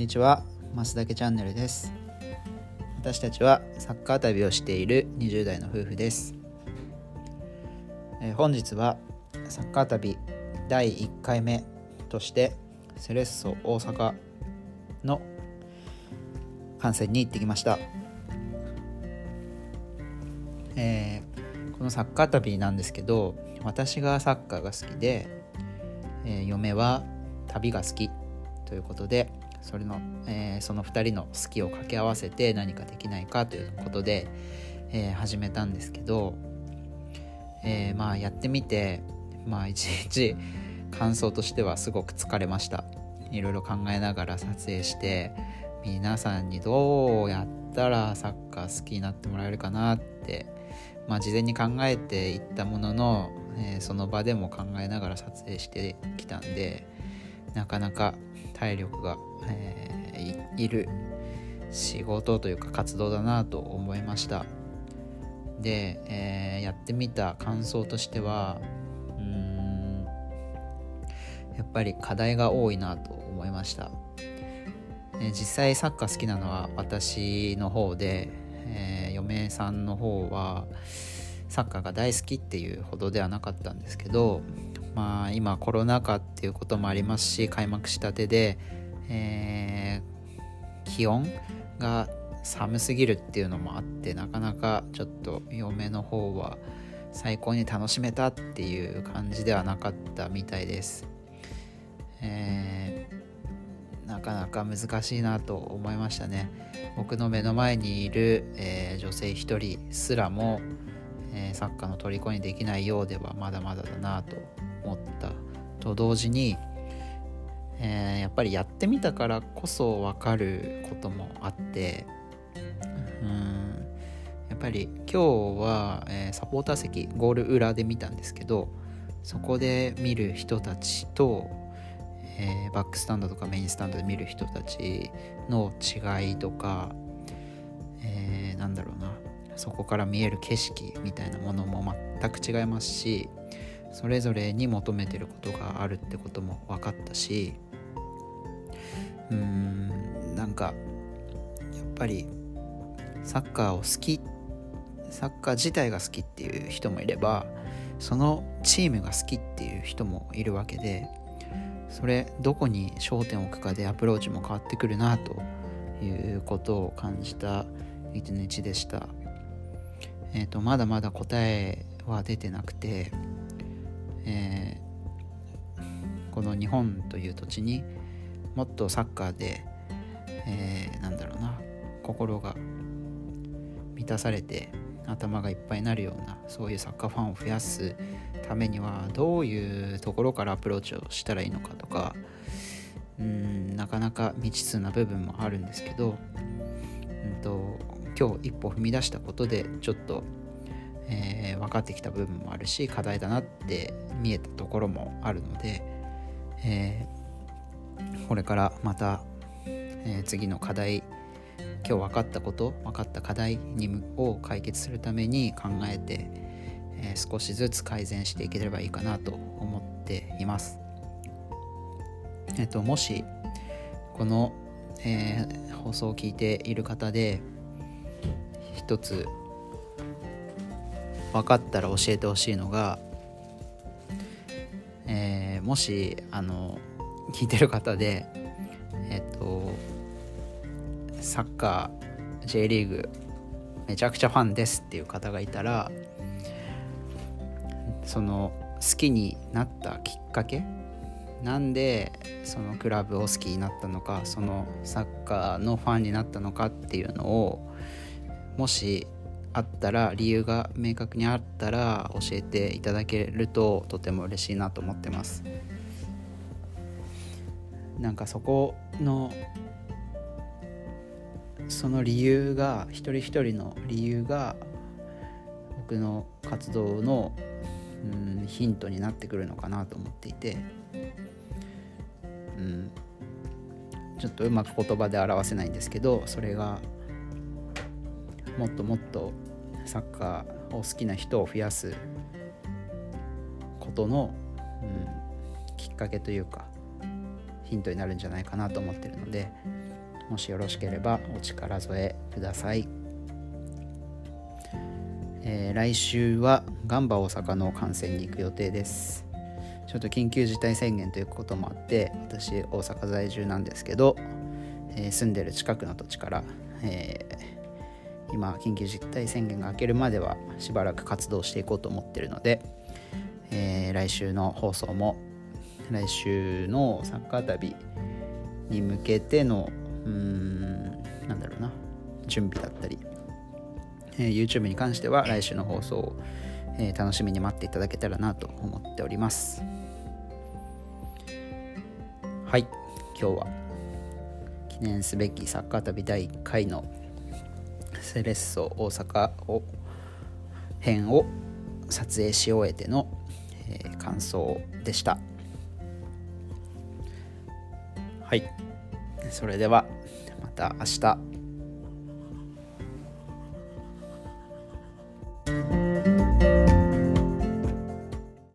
ちは、増田家チャンネルです。私たちはサッカー旅をしている20代の夫婦です。本日はサッカー旅第1回目としてセレッソ大阪の観戦に行ってきました。このサッカー旅なんですけど、私がサッカーが好きで、嫁は旅が好きということで、その2人の好きを掛け合わせて何かできないかということで、始めたんですけど、やってみて、一日感想としてはすごく疲れました。いろいろ考えながら撮影して、皆さんにどうやったらサッカー好きになってもらえるかなって、事前に考えていったものの、その場でも考えながら撮影してきたんで、なかなか体力が、いる仕事というか活動だなと思いました。で、やってみた感想としては、やっぱり課題が多いなと思いました。実際サッカー好きなのは私の方で、嫁さんの方はサッカーが大好きっていうほどではなかったんですけど、今コロナ禍っていうこともありますし、開幕したてで、気温が寒すぎるっていうのもあって、なかなかちょっと嫁の方は最高に楽しめたっていう感じではなかったみたいです。なかなか難しいなと思いましたね。僕の目の前にいる、女性一人すらも、サッカーの虜にできないようではまだまだだなと思ったと同時に、やっぱりやってみたからこそ分かることもあって、やっぱり今日は、サポーター席ゴール裏で見たんですけど、そこで見る人たちと、バックスタンドとかメインスタンドで見る人たちの違いとか、そこから見える景色みたいなものも全く違いますし、それぞれに求めてることがあるってことも分かったし、やっぱりサッカー自体が好きっていう人もいれば、そのチームが好きっていう人もいるわけで、それどこに焦点を置くかでアプローチも変わってくるなということを感じた一日でした。まだまだ答えは出てなくて、この日本という土地にもっとサッカーで、心が満たされて頭がいっぱいになるような、そういうサッカーファンを増やすためにはどういうところからアプローチをしたらいいのかとか、なかなか未知数な部分もあるんですけど、今日一歩踏み出したことでちょっと、分かってきた部分もあるし、課題だなって見えたところもあるので、これからまた、次の課題、今日分かった課題を解決するために考えて、少しずつ改善していければいいかなと思っています。もしこの、放送を聞いている方で一つ分かったら教えてほしいのが、もし聞いてる方で、サッカー J リーグめちゃくちゃファンですっていう方がいたら、その好きになったきっかけ、なんでそのクラブを好きになったのか、そのサッカーのファンになったのかっていうのを、もしあったら、理由が明確にあったら教えていただけるととても嬉しいなと思ってます。そこのその理由が、一人一人の理由が僕の活動のヒントになってくるのかなと思っていて、ちょっとうまく言葉で表せないんですけど、それがもっともっとサッカーを好きな人を増やすことの、きっかけというかヒントになるんじゃないかなと思ってるので、 もしよろしければお力添えください。来週はガンバ大阪の観戦に行く予定です。ちょっと緊急事態宣言ということもあって私大阪在住なんですけど、住んでる近くの土地から、今緊急事態宣言が明けるまではしばらく活動していこうと思ってるので、来週の放送も来週のサッカー旅に向けての準備だったり、YouTube に関しては来週の放送を、楽しみに待っていただけたらなと思っております。はい、今日は記念すべきサッカー旅第1回のセレッソ大阪編を撮影し終えての、感想でした。はい、それではまた明日。